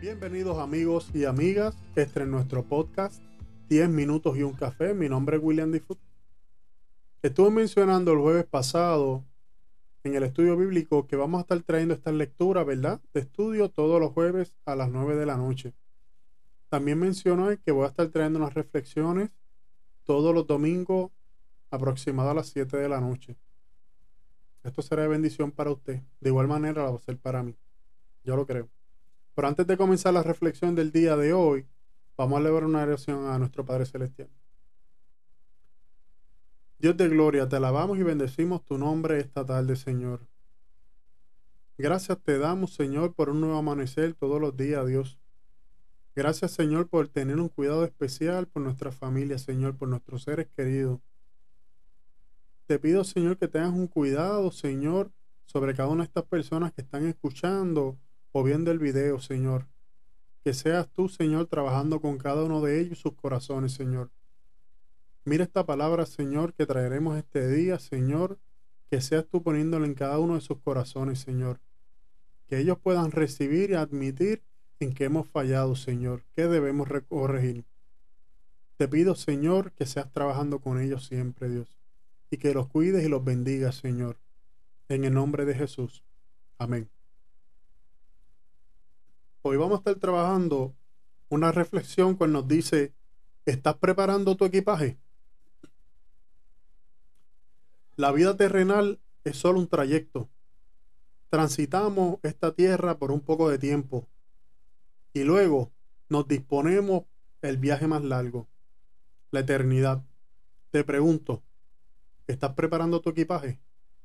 Bienvenidos amigos y amigas, este es nuestro podcast 10 minutos y un café. Mi nombre es William Diffut. Estuve mencionando el jueves pasado en el estudio bíblico que vamos a estar trayendo esta lectura, ¿verdad? De estudio todos los jueves a las 9 de la noche. También mencioné que voy a estar trayendo unas reflexiones todos los domingos aproximadamente a las 7 de la noche. Esto será de bendición para usted. De igual manera la va a ser para mí. Yo lo creo. Pero antes de comenzar la reflexión del día de hoy, vamos a leer una oración a nuestro Padre Celestial. Dios de gloria, te alabamos y bendecimos tu nombre esta tarde, Señor. Gracias te damos, Señor, por un nuevo amanecer todos los días, Dios. Gracias, Señor, por tener un cuidado especial por nuestra familia, Señor, por nuestros seres queridos. Te pido, Señor, que tengas un cuidado, Señor, sobre cada una de estas personas que están escuchando o viendo el video, Señor. Que seas tú, Señor, trabajando con cada uno de ellos sus corazones, Señor. Mira esta palabra, Señor, que traeremos este día, Señor, que seas tú poniéndola en cada uno de sus corazones, Señor. Que ellos puedan recibir y admitir en qué hemos fallado, Señor, qué debemos corregir. Te pido, Señor, que seas trabajando con ellos siempre, Dios, y que los cuides y los bendigas, Señor. En el nombre de Jesús. Amén. Hoy vamos a estar trabajando una reflexión que nos dice, ¿estás preparando tu equipaje? La vida terrenal es solo un trayecto. Transitamos esta tierra por un poco de tiempo y luego nos disponemos el viaje más largo, la eternidad. Te pregunto, ¿estás preparando tu equipaje?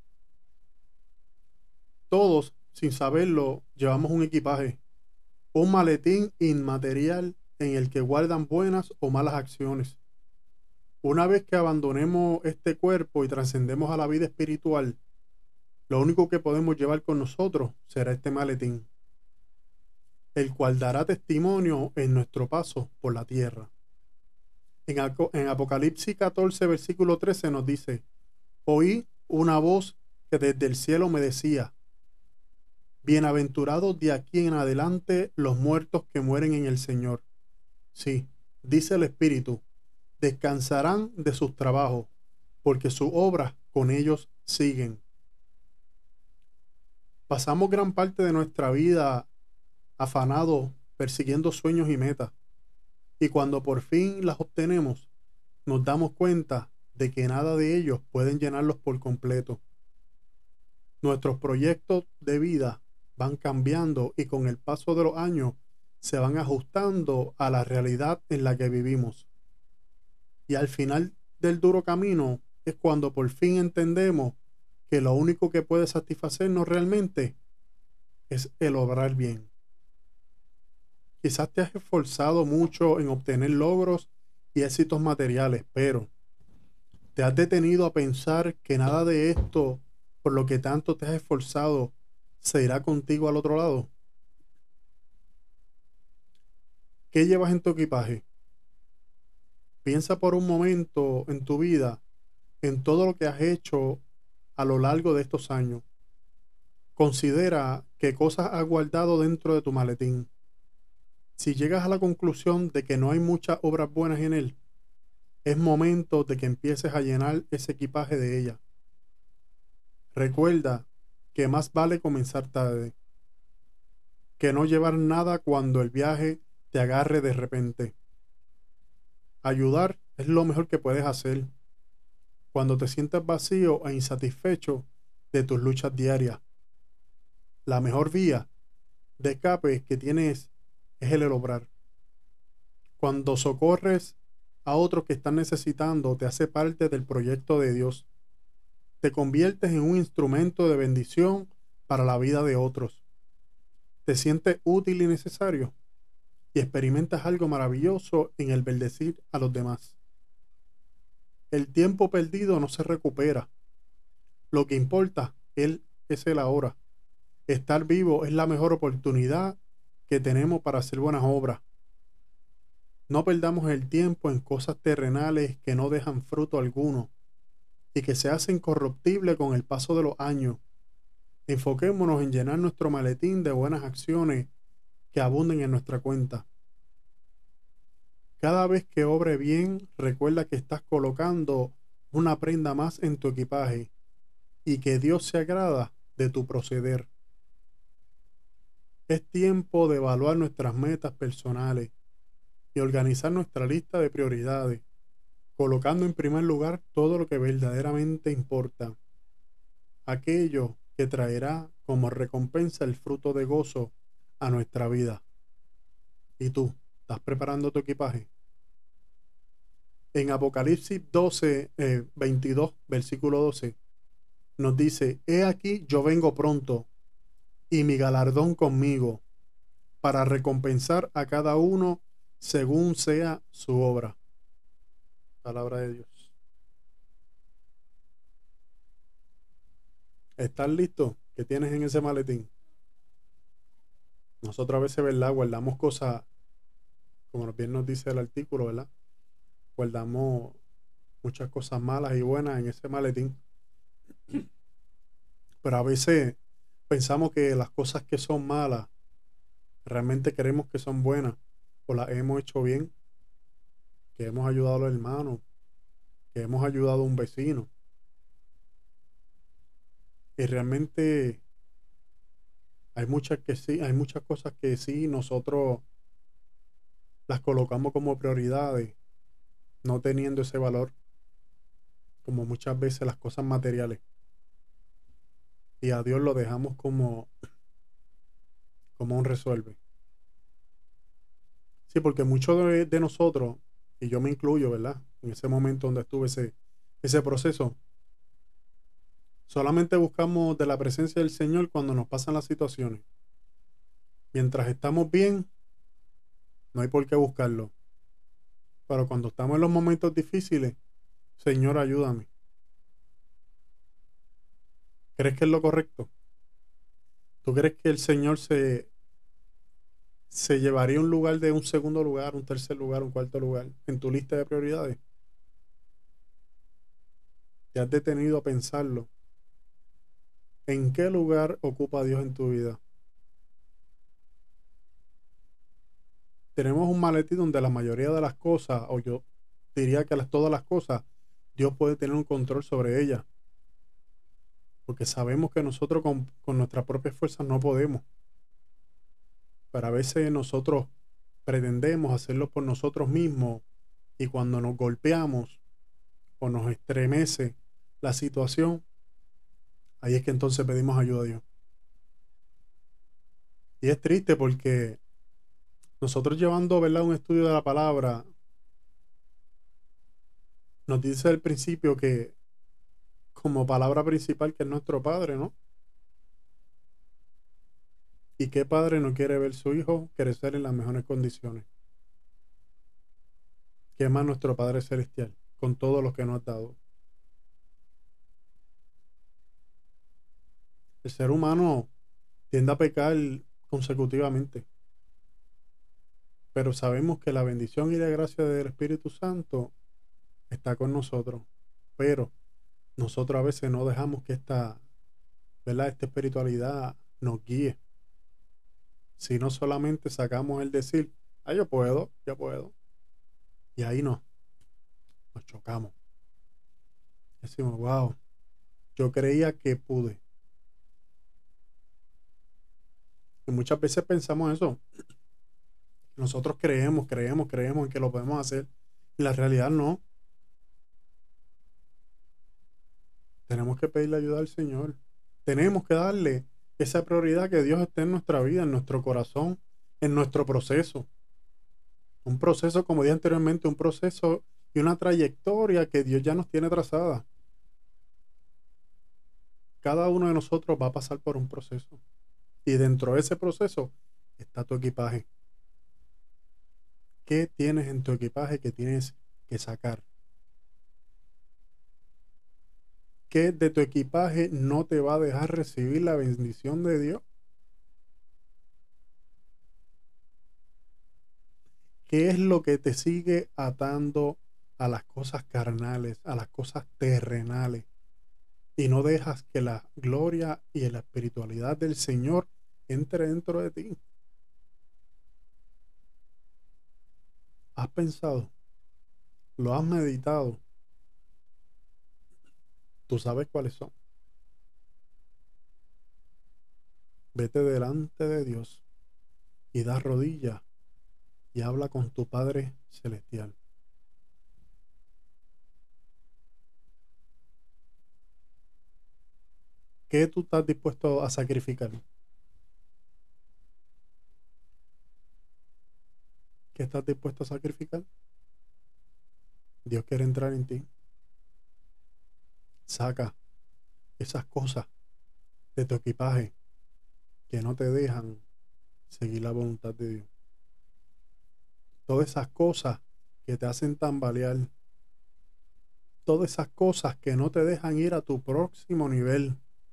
Todos, sin saberlo, llevamos un equipaje, un maletín inmaterial en el que guardan buenas o malas acciones. Una vez que abandonemos este cuerpo y trascendemos a la vida espiritual, lo único que podemos llevar con nosotros será este maletín, el cual dará testimonio en nuestro paso por la tierra. En Apocalipsis 14, versículo 13 nos dice, oí una voz que desde el cielo me decía, bienaventurados de aquí en adelante los muertos que mueren en el Señor. Sí, dice el Espíritu, descansarán de sus trabajos, porque sus obras con ellos siguen. Pasamos gran parte de nuestra vida afanados, persiguiendo sueños y metas, y cuando por fin las obtenemos, nos damos cuenta de que nada de ellos pueden llenarlos por completo. Nuestros proyectos de vida van cambiando y con el paso de los años se van ajustando a la realidad en la que vivimos. Y al final del duro camino es cuando por fin entendemos que lo único que puede satisfacernos realmente es el obrar bien. Quizás te has esforzado mucho en obtener logros y éxitos materiales, pero ¿te has detenido a pensar que nada de esto, por lo que tanto te has esforzado, se irá contigo al otro lado? ¿Qué llevas en tu equipaje? Piensa por un momento en tu vida, en todo lo que has hecho a lo largo de estos años. Considera qué cosas has guardado dentro de tu maletín. Si llegas a la conclusión de que no hay muchas obras buenas en él, es momento de que empieces a llenar ese equipaje de ella. Recuerda que más vale comenzar tarde que no llevar nada cuando el viaje te agarre de repente. Ayudar es lo mejor que puedes hacer cuando te sientas vacío e insatisfecho de tus luchas diarias. La mejor vía de escape que tienes es el obrar. Cuando socorres a otros que están necesitando, te hace parte del proyecto de Dios. Te conviertes en un instrumento de bendición para la vida de otros. Te sientes útil y necesario y experimentas algo maravilloso en el bendecir a los demás. El tiempo perdido no se recupera. Lo que importa es el ahora. Estar vivo es la mejor oportunidad que tenemos para hacer buenas obras. No perdamos el tiempo en cosas terrenales que no dejan fruto alguno y que se hacen corruptibles con el paso de los años. Enfoquémonos en llenar nuestro maletín de buenas acciones que abunden en nuestra cuenta. Cada vez que obre bien, recuerda que estás colocando una prenda más en tu equipaje y que Dios se agrada de tu proceder. Es tiempo de evaluar nuestras metas personales y organizar nuestra lista de prioridades, colocando en primer lugar todo lo que verdaderamente importa, aquello que traerá como recompensa el fruto de gozo a nuestra vida. ¿Y tú? ¿Estás preparando tu equipaje? En Apocalipsis 12, 22, versículo 12, nos dice: He aquí, yo vengo pronto, y mi galardón conmigo, para recompensar a cada uno según sea su obra. Palabra de Dios. ¿Estás listo? ¿Qué tienes en ese maletín? Nosotros a veces, ¿verdad? Guardamos cosas, como bien nos dice el artículo, ¿verdad? Guardamos muchas cosas malas y buenas en ese maletín. Pero a veces pensamos que las cosas que son malas realmente creemos que son buenas o las hemos hecho bien, que hemos ayudado a los hermanos, que hemos ayudado a un vecino. Y realmente hay muchas cosas que sí nosotros las colocamos como prioridades, no teniendo ese valor, como muchas veces las cosas materiales. Y a Dios lo dejamos como un resuelve. Sí, porque muchos de nosotros, y yo me incluyo, ¿verdad? En ese momento donde estuve ese proceso, solamente buscamos de la presencia del Señor cuando nos pasan las situaciones. Mientras estamos bien, no hay por qué buscarlo. Pero cuando estamos en los momentos difíciles, Señor, ayúdame. ¿Crees que es lo correcto? ¿Tú crees que el Señor se llevaría un lugar de un segundo lugar, un tercer lugar, un cuarto lugar en tu lista de prioridades? ¿Te has detenido a pensarlo? ¿En qué lugar ocupa Dios en tu vida? Tenemos un maletín donde la mayoría de las cosas, o yo diría que todas las cosas, Dios puede tener un control sobre ellas, porque sabemos que nosotros con nuestras propias fuerzas no podemos, pero a veces nosotros pretendemos hacerlo por nosotros mismos y cuando nos golpeamos o nos estremece la situación, ahí es que entonces pedimos ayuda a Dios. Y es triste porque nosotros llevando, ¿verdad?, un estudio de la palabra, nos dice al principio que como palabra principal que es nuestro Padre, ¿no? ¿Y qué padre no quiere ver su hijo crecer en las mejores condiciones? ¿Qué más nuestro Padre Celestial con todo lo que nos ha dado? El ser humano tiende a pecar consecutivamente, pero sabemos que la bendición y la gracia del Espíritu Santo está con nosotros, pero nosotros a veces no dejamos que ¿verdad?, esta espiritualidad nos guíe, sino solamente sacamos el decir: ah, yo puedo, y ahí nos chocamos. Decimos: wow, yo creía que pude. Y muchas veces pensamos eso. Nosotros creemos en que lo podemos hacer. Y la realidad no. Tenemos que pedirle ayuda al Señor. Tenemos que darle esa prioridad, que Dios esté en nuestra vida, en nuestro corazón, en nuestro proceso. Un proceso, como dije anteriormente, un proceso y una trayectoria que Dios ya nos tiene trazada. Cada uno de nosotros va a pasar por un proceso. Y dentro de ese proceso está tu equipaje. ¿Qué tienes en tu equipaje que tienes que sacar? ¿Qué de tu equipaje no te va a dejar recibir la bendición de Dios? ¿Qué es lo que te sigue atando a las cosas carnales, a las cosas terrenales? Y no dejas que la gloria y la espiritualidad del Señor entre dentro de ti. ¿Has pensado? ¿Lo has meditado? ¿Tú sabes cuáles son? Vete delante de Dios y da rodillas y habla con tu Padre Celestial. ¿Qué tú estás dispuesto a sacrificar? ¿Qué estás dispuesto a sacrificar? Dios quiere entrar en ti. Saca esas cosas de tu equipaje que no te dejan seguir la voluntad de Dios. Todas esas cosas que te hacen tambalear. Todas esas cosas que no te dejan ir a tu próximo nivel.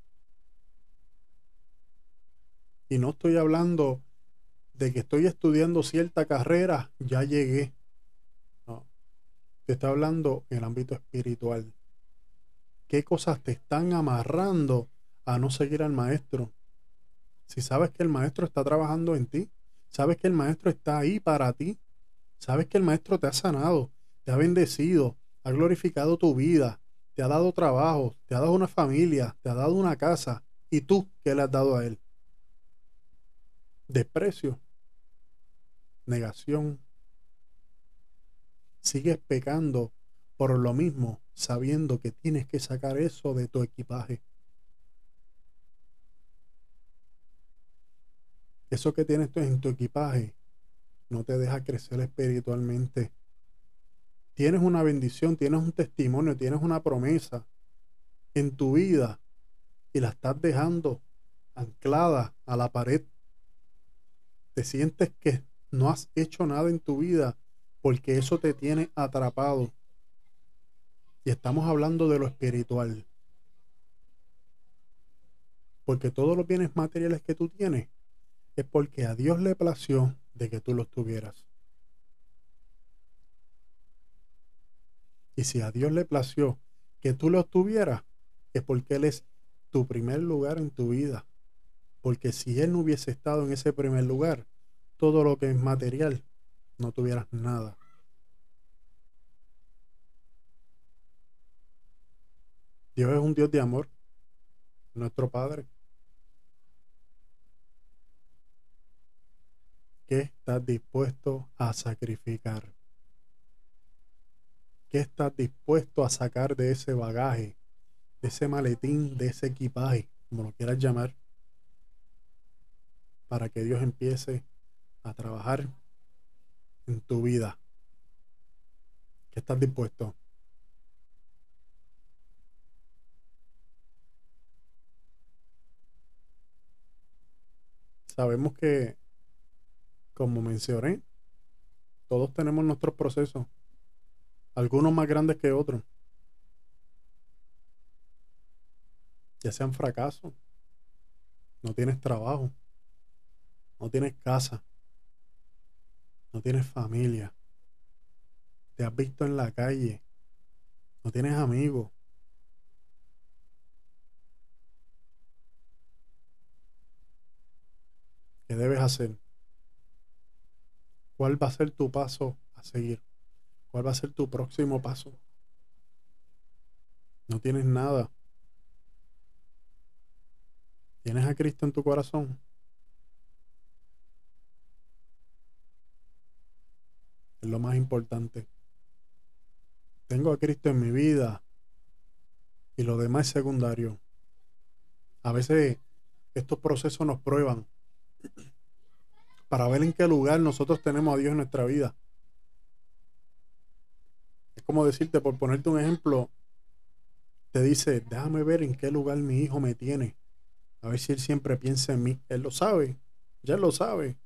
Y no estoy hablando de que estoy estudiando cierta carrera, ya llegué. No, te estoy hablando en el ámbito espiritual. ¿Qué cosas te están amarrando a no seguir al maestro? Si sabes que el maestro está trabajando en ti, sabes que el maestro está ahí para ti, sabes que el maestro te ha sanado, te ha bendecido, ha glorificado tu vida, te ha dado trabajo, te ha dado una familia, te ha dado una casa, y tú, ¿qué le has dado a él? Desprecio, negación, sigues pecando por lo mismo, sabiendo que tienes que sacar eso de tu equipaje. Eso que tienes tú en tu equipaje no te deja crecer espiritualmente. Tienes una bendición, tienes un testimonio, tienes una promesa en tu vida y la estás dejando anclada a la pared. Te sientes que no has hecho nada en tu vida porque eso te tiene atrapado. Y estamos hablando de lo espiritual, porque todos los bienes materiales que tú tienes es porque a Dios le plació de que tú los tuvieras. Y si a Dios le plació que tú los tuvieras, es porque Él es tu primer lugar en tu vida. Porque si Él no hubiese estado en ese primer lugar, todo lo que es material, no tuvieras nada. Dios es un Dios de amor, nuestro Padre. ¿Qué estás dispuesto a sacrificar? ¿Qué estás dispuesto a sacar de ese bagaje, de ese maletín, de ese equipaje, como lo quieras llamar, para que Dios empiece a trabajar en tu vida? ¿Qué estás dispuesto? Sabemos que, como mencioné, todos tenemos nuestros procesos, algunos más grandes que otros, ya sean fracasos, no tienes trabajo, no tienes casa, no tienes familia, te has visto en la calle, no tienes amigos. ¿Qué debes hacer? ¿Cuál va a ser tu paso a seguir? ¿Cuál va a ser tu próximo paso? No tienes nada. ¿Tienes a Cristo en tu corazón? Es lo más importante. Tengo a Cristo en mi vida y lo demás es secundario. A veces estos procesos nos prueban para ver en qué lugar nosotros tenemos a Dios en nuestra vida. Es como decirte, por ponerte un ejemplo, te dice, déjame ver en qué lugar mi hijo me tiene. A ver si él siempre piensa en mí. Él lo sabe, ya él lo sabe.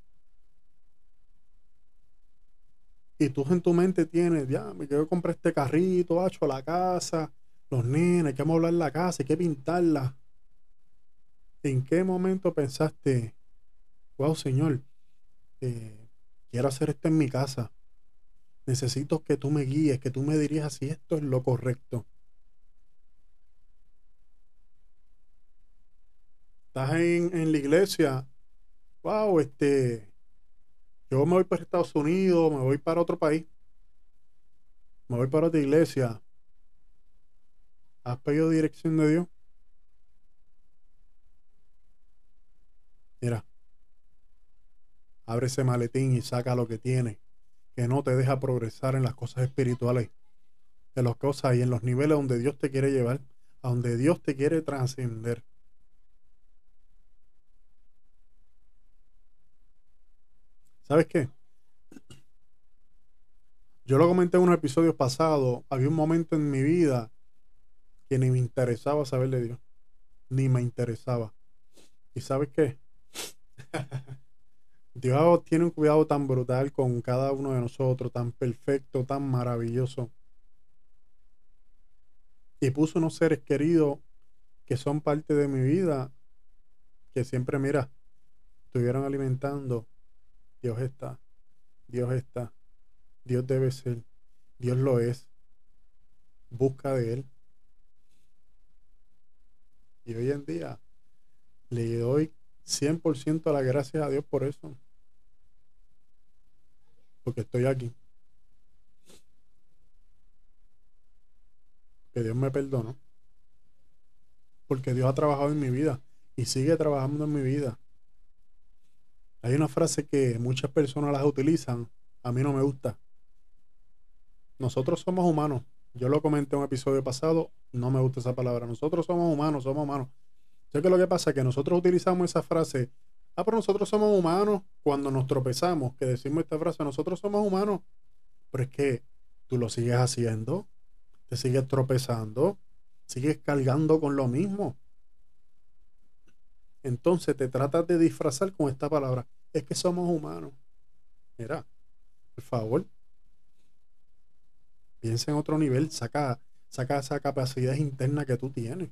Y tú en tu mente tienes, ya, me quiero comprar este carrito, hacho, la casa, los nenes, hay que amoblar la casa, hay que pintarla. ¿En qué momento pensaste, wow, Señor, eh, quiero hacer esto en mi casa? Necesito que tú me guíes, que tú me dirijas si esto es lo correcto. Estás en la iglesia, wow, mejor me voy para Estados Unidos, me voy para otro país, me voy para otra iglesia. ¿Has pedido dirección de Dios? Mira, abre ese maletín y saca lo que tiene, que no te deja progresar en las cosas espirituales, en las cosas y en los niveles donde Dios te quiere llevar, a donde Dios te quiere trascender. ¿Sabes qué? Yo lo comenté en unos episodios pasados. Había un momento en mi vida que ni me interesaba saber de Dios, ni me interesaba. ¿Y sabes qué? Dios tiene un cuidado tan brutal con cada uno de nosotros, tan perfecto, tan maravilloso. Y puso unos seres queridos que son parte de mi vida, que siempre, mira, estuvieron alimentando. Dios está, Dios está, Dios debe ser, Dios lo es. Busca de Él. Y hoy en día le doy 100% las gracias a Dios por eso, porque estoy aquí, que Dios me perdonó, porque Dios ha trabajado en mi vida y sigue trabajando en mi vida. Hay una frase que muchas personas las utilizan, a mí no me gusta. Nosotros somos humanos. Yo lo comenté en un episodio pasado, no me gusta esa palabra. Nosotros somos humanos, somos humanos. Sé que lo que pasa es que nosotros utilizamos esa frase, pero nosotros somos humanos cuando nos tropezamos, que decimos esta frase, nosotros somos humanos, pero es que tú lo sigues haciendo, te sigues tropezando, sigues cargando con lo mismo. Entonces te tratas de disfrazar con esta palabra. Es que somos humanos. Mira, por favor, piensa en otro nivel, saca esa capacidad interna que tú tienes.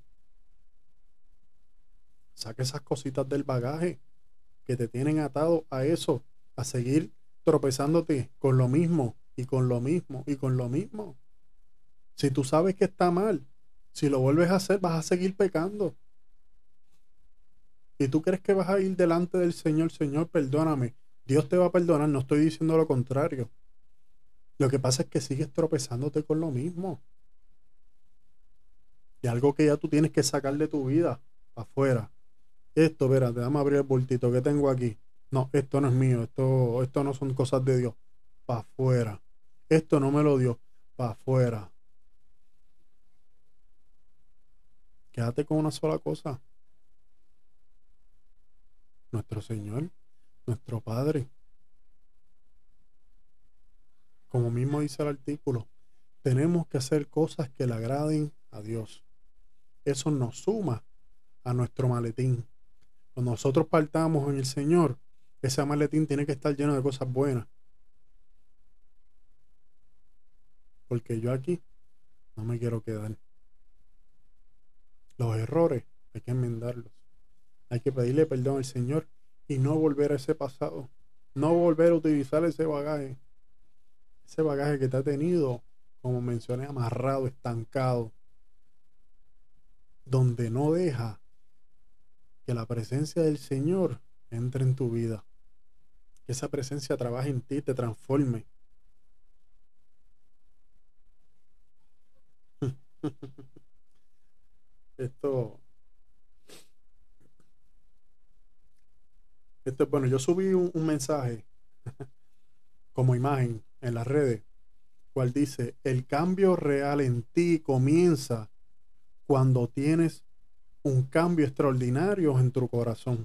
Saca esas cositas del bagaje que te tienen atado a eso, a seguir tropezándote con lo mismo y con lo mismo y con lo mismo. Si tú sabes que está mal, si lo vuelves a hacer, vas a seguir pecando. Y tú crees que vas a ir delante del Señor, Señor, perdóname. Dios te va a perdonar, no estoy diciendo lo contrario. Lo que pasa es que sigues tropezándote con lo mismo. Y algo que ya tú tienes que sacar de tu vida afuera. Esto, espérate, déjame abrir el bultito que tengo aquí. No, esto no es mío, esto no son cosas de Dios. Para afuera. Esto no me lo dio. Para afuera. Quédate con una sola cosa. Nuestro Señor, nuestro Padre. Como mismo dice el artículo, tenemos que hacer cosas que le agraden a Dios. Eso nos suma a nuestro maletín. Cuando nosotros partamos en el Señor, ese maletín tiene que estar lleno de cosas buenas. Porque yo aquí no me quiero quedar. Los errores hay que enmendarlos. Hay que pedirle perdón al Señor y no volver a ese pasado. No volver a utilizar ese bagaje. Ese bagaje que te ha tenido, como mencioné, amarrado, estancado, donde no deja que la presencia del Señor entre en tu vida. Que esa presencia trabaje en ti, te transforme. Esto, esto es bueno. Yo subí un mensaje como imagen en las redes, cual dice, el cambio real en ti comienza cuando tienes un cambio extraordinario en tu corazón.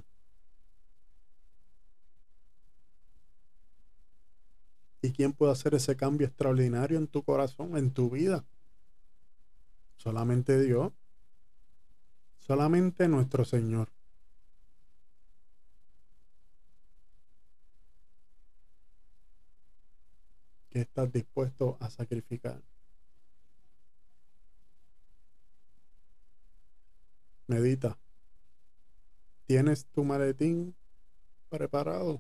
¿Y quién puede hacer ese cambio extraordinario en tu corazón, en tu vida? Solamente Dios, solamente nuestro Señor. Que estás dispuesto a sacrificar. Medita. ¿Tienes tu maletín preparado?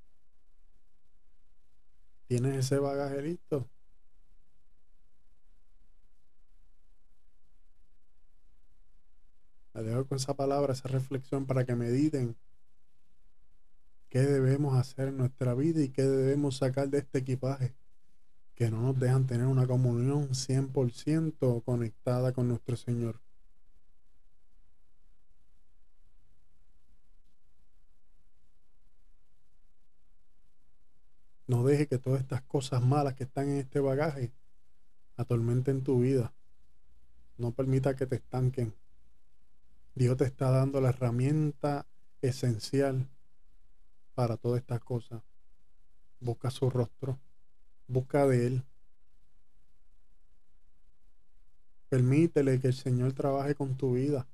¿Tienes ese bagaje listo? La dejo con esa palabra, esa reflexión para que mediten, qué debemos hacer en nuestra vida y qué debemos sacar de este equipaje que no nos dejan tener una comunión 100% conectada con nuestro Señor. No deje que todas estas cosas malas que están en este bagaje atormenten tu vida. No permita que te estanquen. Dios te está dando la herramienta esencial para todas estas cosas. Busca su rostro, busca de Él. Permítele que el Señor trabaje con tu vida.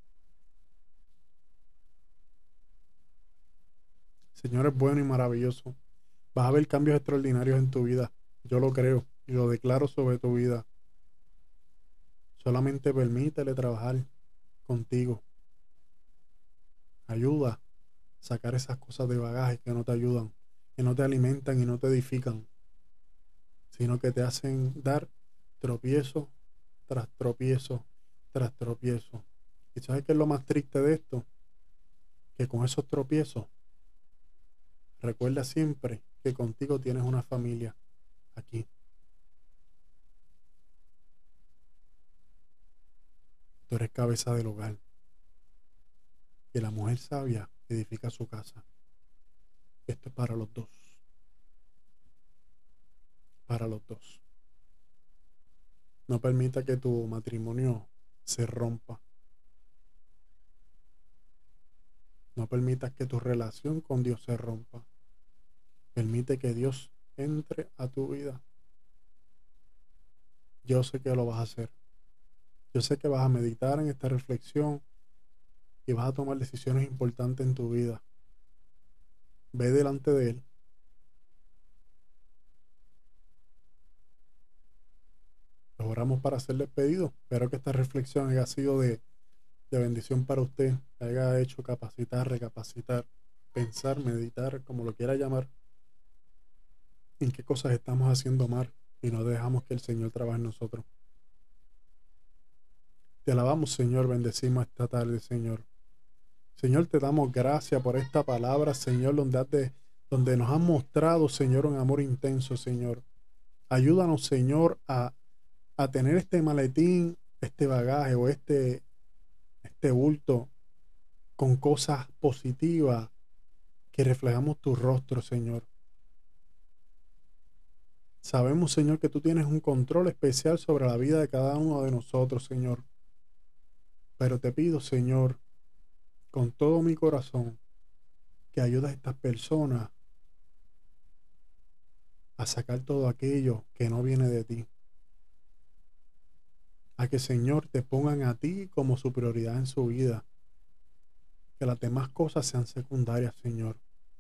El Señor es bueno y maravilloso. Vas a ver cambios extraordinarios en tu vida. Yo lo creo y lo declaro sobre tu vida. Solamente permítele trabajar contigo. Ayuda a sacar esas cosas de bagaje que no te ayudan, que no te alimentan y no te edifican, sino que te hacen dar tropiezo tras tropiezo tras tropiezo. ¿Y sabes qué es lo más triste de esto? Que con esos tropiezos, recuerda siempre que contigo tienes una familia aquí. Tú eres cabeza del hogar. Y la mujer sabia edifica su casa. Esto es para los dos. Para los dos. No permita que tu matrimonio se rompa. No permitas que tu relación con Dios se rompa. Permite que Dios entre a tu vida. Yo sé que lo vas a hacer. Yo sé que vas a meditar en esta reflexión y vas a tomar decisiones importantes en tu vida. Ve delante de Él. Nos oramos para hacerle pedido. Espero que esta reflexión haya sido de bendición para usted. Que haya hecho capacitar, recapacitar, pensar, meditar, como lo quiera llamar, en qué cosas estamos haciendo mal y no dejamos que el Señor trabaje en nosotros. Te alabamos, Señor, bendecimos esta tarde, Señor. Señor, te damos gracias por esta palabra, Señor, donde nos has mostrado, Señor, un amor intenso, Señor. Ayúdanos, Señor, a tener este maletín, este bagaje o este bulto con cosas positivas que reflejamos tu rostro, Señor. Sabemos, Señor, que tú tienes un control especial sobre la vida de cada uno de nosotros, Señor. Pero te pido, Señor, con todo mi corazón, que ayudes a estas personas a sacar todo aquello que no viene de ti. A que, Señor, te pongan a ti como su prioridad en su vida. Que las demás cosas sean secundarias, Señor.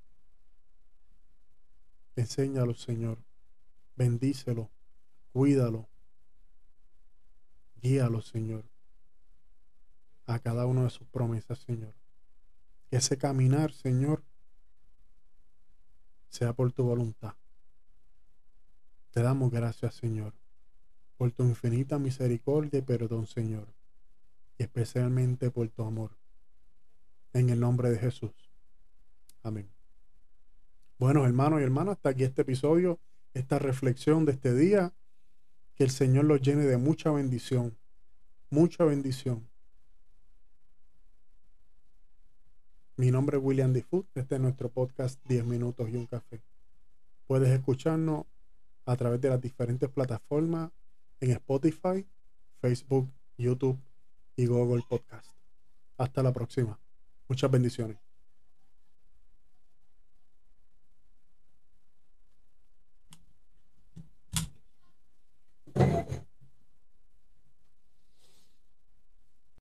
Enséñalo, Señor. Bendícelo. Cuídalo. Guíalo, Señor, a cada una de sus promesas, Señor. Que ese caminar, Señor, sea por tu voluntad. Te damos gracias, Señor, por tu infinita misericordia y perdón, Señor, y especialmente por tu amor. En el nombre de Jesús. Amén. Bueno, hermanos y hermanas, hasta aquí este episodio, esta reflexión de este día. Que el Señor los llene de mucha bendición. Mucha bendición. Mi nombre es William D. Food. Este es nuestro podcast 10 minutos y un café. Puedes escucharnos a través de las diferentes plataformas en Spotify, Facebook, YouTube y Google Podcast. Hasta la próxima. Muchas bendiciones.